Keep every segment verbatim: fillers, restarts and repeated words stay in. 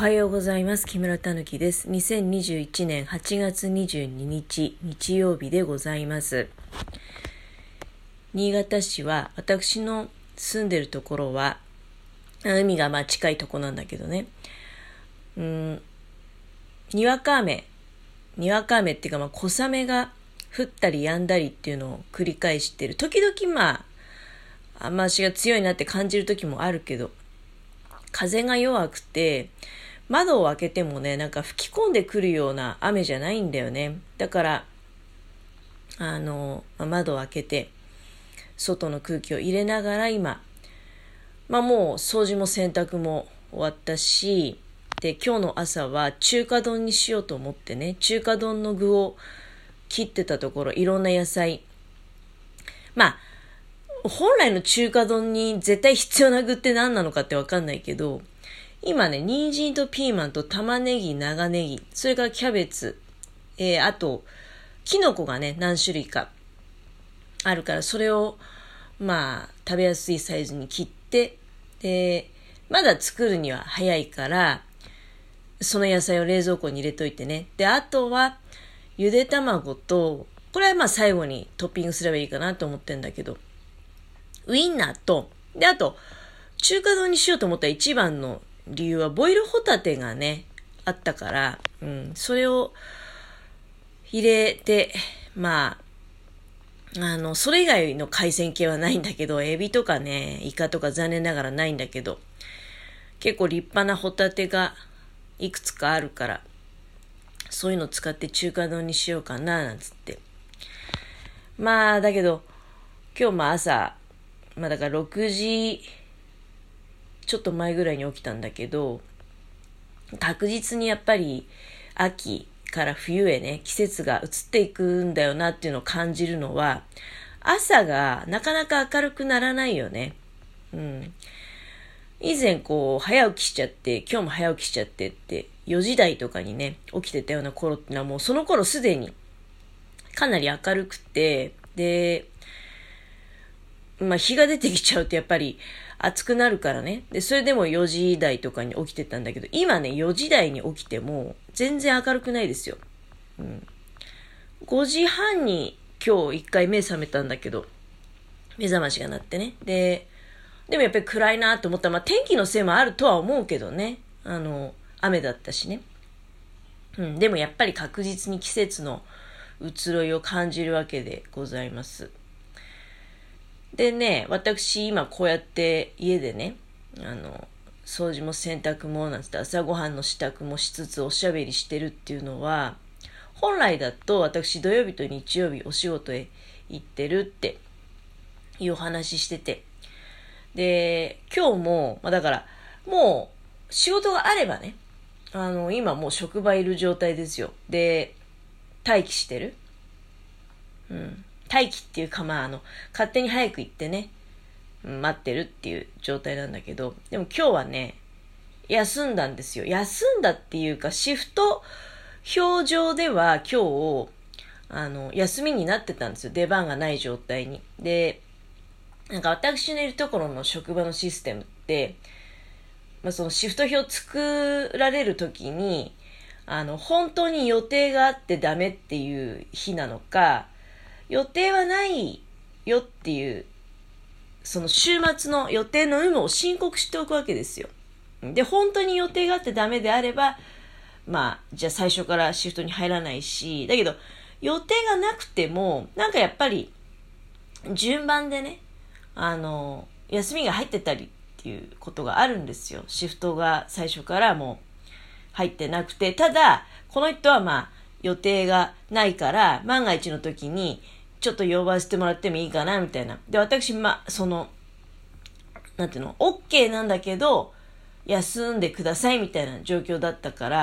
はようございます。木村たぬきです。にせんにじゅういちねんはちがつにじゅうににち日曜日でございます。新潟市は私の住んでるところは海がまあ近いとこなんだけどね、うーんにわか雨にわか雨っていうかまあ小雨が降ったり止んだりっていうのを繰り返してる。時々まあ雨足が強いなって感じる時もあるけど、風が弱くて窓を開けてもね、なんか吹き込んでくるような雨じゃないんだよね。だからあの窓を開けて外の空気を入れながら今、まあもう掃除も洗濯も終わったし、で今日の朝は中華丼にしようと思ってね、中華丼の具を切ってたところ、いろんな野菜、まあ本来の中華丼に絶対必要な具って何なのかってわかんないけど、今ね、人参とピーマンと玉ねぎ、長ネギ、それからキャベツ、えー、あと、キノコがね、何種類かあるから、それを、まあ、食べやすいサイズに切って、で、まだ作るには早いから、その野菜を冷蔵庫に入れといてね。で、あとは、ゆで卵と、これはまあ最後にトッピングすればいいかなと思ってんだけど、ウインナーと、で、あと、中華丼にしようと思った一番の理由はボイルホタテがねあったから、うん、それを入れて、まああのそれ以外の海鮮系はないんだけど、エビとかねイカとか残念ながらないんだけど、結構立派なホタテがいくつかあるから、そういうの使って中華丼にしようかななんつって、まあだけど今日も朝、まあだからろくじちょっと前ぐらいに起きたんだけど、確実にやっぱり秋から冬へね、季節が移っていくんだよなっていうのを感じるのは、朝がなかなか明るくならないよね。うん。以前こう早起きしちゃって、今日も早起きしちゃってってよじ台とかにね起きてたような頃ってのは、もうその頃すでにかなり明るくて、でまあ日が出てきちゃうとやっぱり暑くなるからね。で、それでもよじ台とかに起きてたんだけど、今ね、よじ台に起きても全然明るくないですよ。うん、ごじはんに今日一回目覚めたんだけど、目覚ましが鳴ってね。で、でもやっぱり暗いなと思ったら、まあ天気のせいもあるとは思うけどね。あの、雨だったしね。うん、でもやっぱり確実に季節の移ろいを感じるわけでございます。でね、私今こうやって家でね、あの掃除も洗濯もなんつって朝ごはんの支度もしつつおしゃべりしてるっていうのは、本来だと私土曜日と日曜日お仕事へ行ってるっていうお話してて、で今日も、まあ、だからもう仕事があればね、あの今もう職場いる状態ですよ。で待機してる。うん待機っていうか、まあ、あの勝手に早く行ってね、待ってるっていう状態なんだけど、でも今日はね休んだんですよ。休んだっていうか、シフト表上では今日あの休みになってたんですよ。出番がない状態に。でなんか私のいるところの職場のシステムって、まあ、そのシフト表作られる時に、あの本当に予定があってダメっていう日なのか、予定はないよっていう、その週末の予定の有無を申告しておくわけですよ。で、本当に予定があってダメであれば、まあ、じゃあ最初からシフトに入らないし、だけど、予定がなくても、なんかやっぱり、順番でね、あの、休みが入ってたりっていうことがあるんですよ。シフトが最初からもう入ってなくて、ただ、この人はまあ、予定がないから、万が一の時に、ちょっと呼ばせてもらってもいいかなみたいな。で、私、ま、その、なんていうの、OK なんだけど、休んでくださいみたいな状況だったから、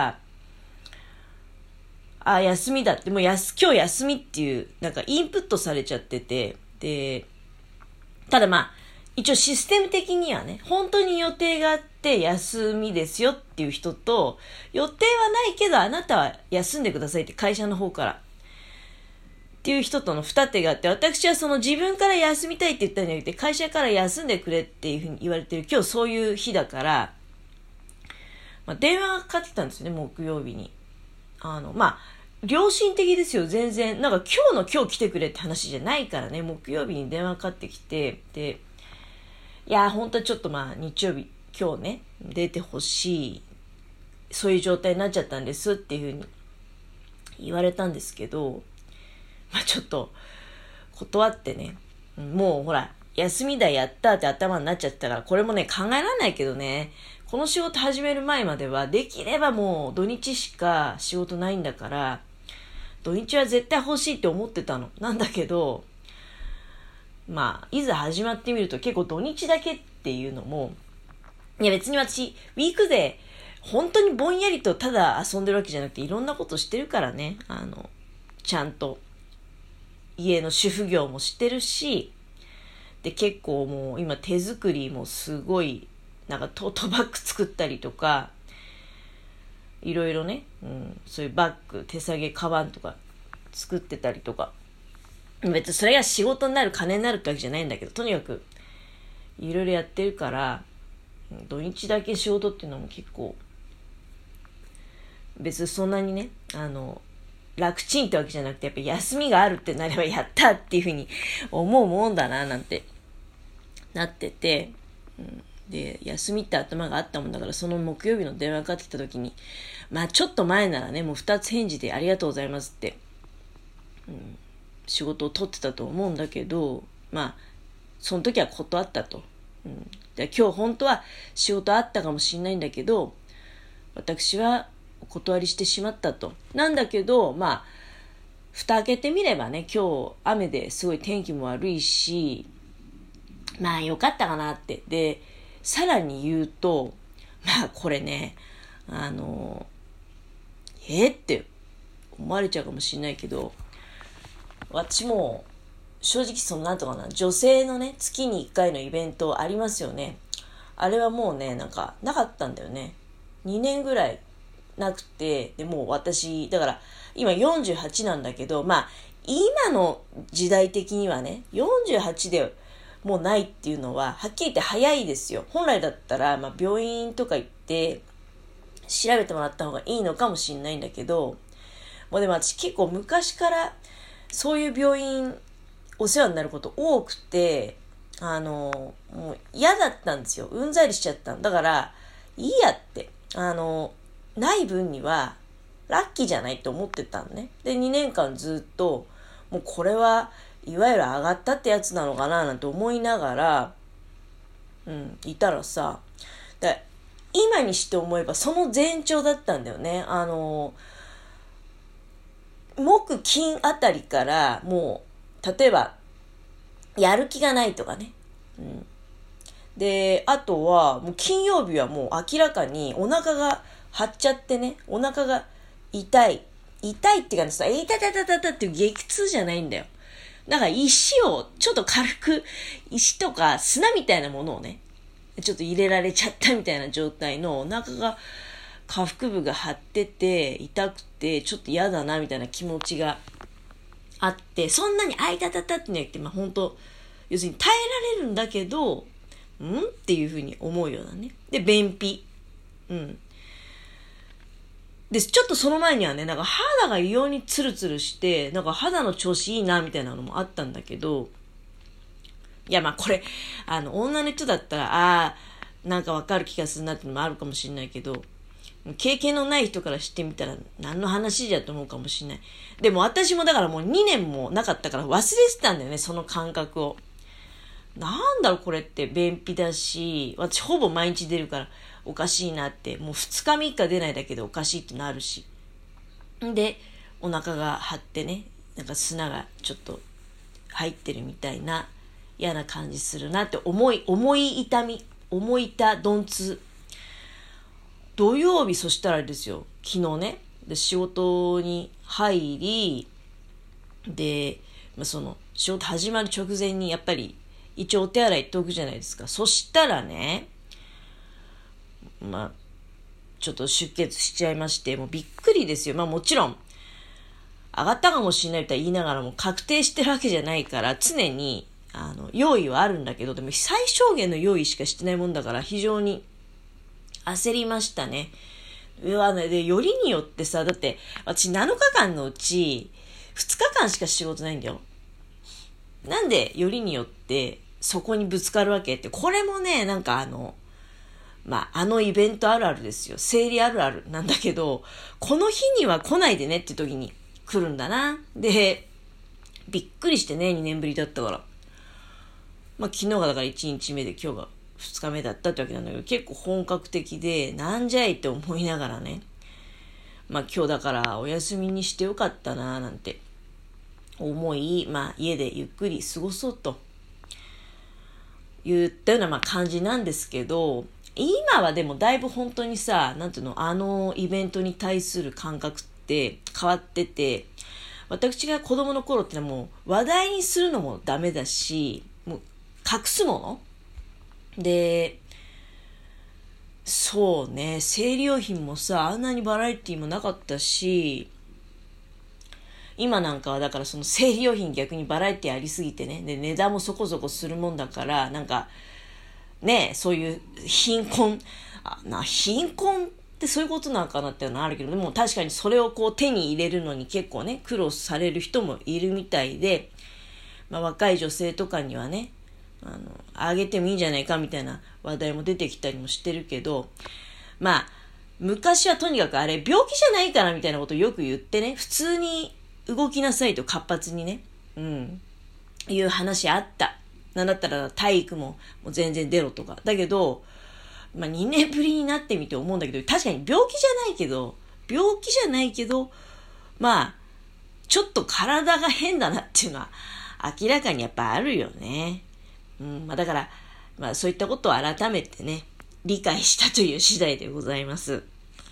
あ、休みだって、もうやす今日休みっていう、なんかインプットされちゃってて、で、ただまあ、一応システム的にはね、本当に予定があって休みですよっていう人と、予定はないけどあなたは休んでくださいって会社の方からっていう人との二手があって、私はその自分から休みたいって言ったんじゃなくて、会社から休んでくれっていうふうに言われてる今日そういう日だから、 まあ、電話がかかってきたんですよね、木曜日に。あの、まあ、良心的ですよ、全然。なんか今日の今日来てくれって話じゃないからね、木曜日に電話かかってきて、で、いや、本当はちょっとまあ、日曜日、今日ね、出てほしい、そういう状態になっちゃったんですっていうふうに言われたんですけど、まあちょっと、断ってね、もうほら、休みだやったって頭になっちゃったから、これもね、考えられないけどね、この仕事始める前までは、できればもう土日しか仕事ないんだから、土日は絶対欲しいって思ってたの。なんだけど、まあ、いざ始まってみると結構土日だけっていうのも、いや別に私、ウィークで本当にぼんやりとただ遊んでるわけじゃなくて、いろんなことしてるからね、あの、ちゃんと家の主婦業もしてるし、で結構もう今手作りもすごい、なんかトートバッグ作ったりとか、いろいろね、うん、そういうバッグ、手提げ、カバンとか作ってたりとか、別にそれが仕事になる、金になるってわけじゃないんだけど、とにかくいろいろやってるから、土日だけ仕事っていうのも結構、別にそんなにね、あの、楽ちんってわけじゃなくて、やっぱ休みがあるってなればやったっていうふうに思うもんだな、なんてなってて、うん、で、休みって頭があったもんだから、その木曜日の電話がかかってきた時に、まあちょっと前ならね、もう二つ返事でありがとうございますって、うん、仕事を取ってたと思うんだけど、まあ、その時は断ったと。うん、で今日本当は仕事あったかもしれないんだけど、私はお断りしてしまったと。なんだけど、まあ、蓋開けてみればね、今日雨ですごい天気も悪いし、まあよかったかなって。で、さらに言うと、まあこれね、あの、えって思われちゃうかもしれないけど、私も正直そのなんとかな、女性のね、月にいっかいのイベントありますよね。あれはもうね、なんかなかったんだよね。にねんぐらいなくて、でもう私、だから今よんじゅうはちなんだけど、まあ今の時代的にはね、よんじゅうはちでもうないっていうのは、はっきり言って早いですよ。本来だったら、まあ病院とか行って調べてもらった方がいいのかもしれないんだけど、もうでも私結構昔からそういう病院お世話になること多くて、あの、もう嫌だったんですよ。うんざりしちゃったんだから、いいやって、あの、ない分にはラッキーじゃないって思ってたのね。で、にねんかんずっと、もうこれはいわゆる上がったってやつなのかななんて思いながら、うん、いたらさ、だ今にして思えばその前兆だったんだよね。あの、木金あたりからもう、例えば、やる気がないとかね。うん、で、あとは、もう金曜日はもう明らかにお腹が張っちゃってね、お腹が痛い。痛いって感じさ、えいたたたたたっていう激痛じゃないんだよ。なんか石をちょっと軽く、石とか砂みたいなものをね、ちょっと入れられちゃったみたいな状態のお腹が、下腹部が張ってて、痛くて、ちょっと嫌だなみたいな気持ちがあって、そんなにあいたたたってなくて、まあ本当要するに耐えられるんだけど、んっていうふうに思うようなね。で、便秘。うん。で、ちょっとその前にはね、なんか肌が異様にツルツルして、なんか肌の調子いいなみたいなのもあったんだけど、いやまあこれ、あの、女の人だったら、ああ、なんかわかる気がするなっていうのもあるかもしれないけど、経験のない人からしてみたら何の話じゃと思うかもしれない。でも私もだからもうにねんもなかったから忘れてたんだよね、その感覚を。なんだろうこれって便秘だし、私ほぼ毎日出るからおかしいなって、もうふつかみっか出ないだけでおかしいってなるし。で、お腹が張ってね、なんか砂がちょっと入ってるみたいな嫌な感じするなって思い、重い痛み、重い痛、鈍痛。土曜日、そしたらですよ、昨日ね、で仕事に入り、で、まあ、その仕事始まる直前にやっぱり一応お手洗い行っておくじゃないですか。そしたらね、まあ、ちょっと出血しちゃいまして、もうびっくりですよ。まあもちろん、上がったかもしれないとは言いながらも確定してるわけじゃないから、常に、あの、用意はあるんだけど、でも最小限の用意しかしてないもんだから、非常に焦りましたね。 うわね、で、よりによってさ、だって、私なのかかんのうち、ふつかかんしか仕事ないんだよ。なんで、よりによって、そこにぶつかるわけって、これもね、なんかあの、まあ、あのイベントあるあるですよ。生理あるあるなんだけど、この日には来ないでねって時に来るんだな。で、びっくりしてね、にねんぶりだったから。まあ、昨日がだからいちにちめで今日がふつかめだったってわけなんだけど、結構本格的で、なんじゃいって思いながらね。まあ、今日だからお休みにしてよかったななんて思い、まあ、家でゆっくり過ごそうと言ったようなまあ感じなんですけど、今はでもだいぶ本当にさ、なんていうの、あのイベントに対する感覚って変わってて、私が子供の頃ってのはもう話題にするのもダメだし、もう隠すもので、そうね、生理用品もさ、あんなにバラエティもなかったし、今なんかはだからその生理用品逆にバラエティありすぎてね、で値段もそこそこするもんだから、なんかね、そういう貧困、あな貧困ってそういうことなのかなっていうのはあるけど、でも確かにそれをこう手に入れるのに結構ね、苦労される人もいるみたいで、まあ、若い女性とかにはね、あの、あげてもいいんじゃないかみたいな話題も出てきたりもしてるけど、まあ、昔はとにかくあれ病気じゃないからみたいなことをよく言ってね、普通に動きなさいと活発にね、うん、いう話あった。なんだったら体育ももう全然出ろとか。だけど、まあにねんぶりになってみて思うんだけど、確かに病気じゃないけど、病気じゃないけど、まあ、ちょっと体が変だなっていうのは明らかにやっぱあるよね。うん、まあだから、まあそういったことを改めてね、理解したという次第でございます。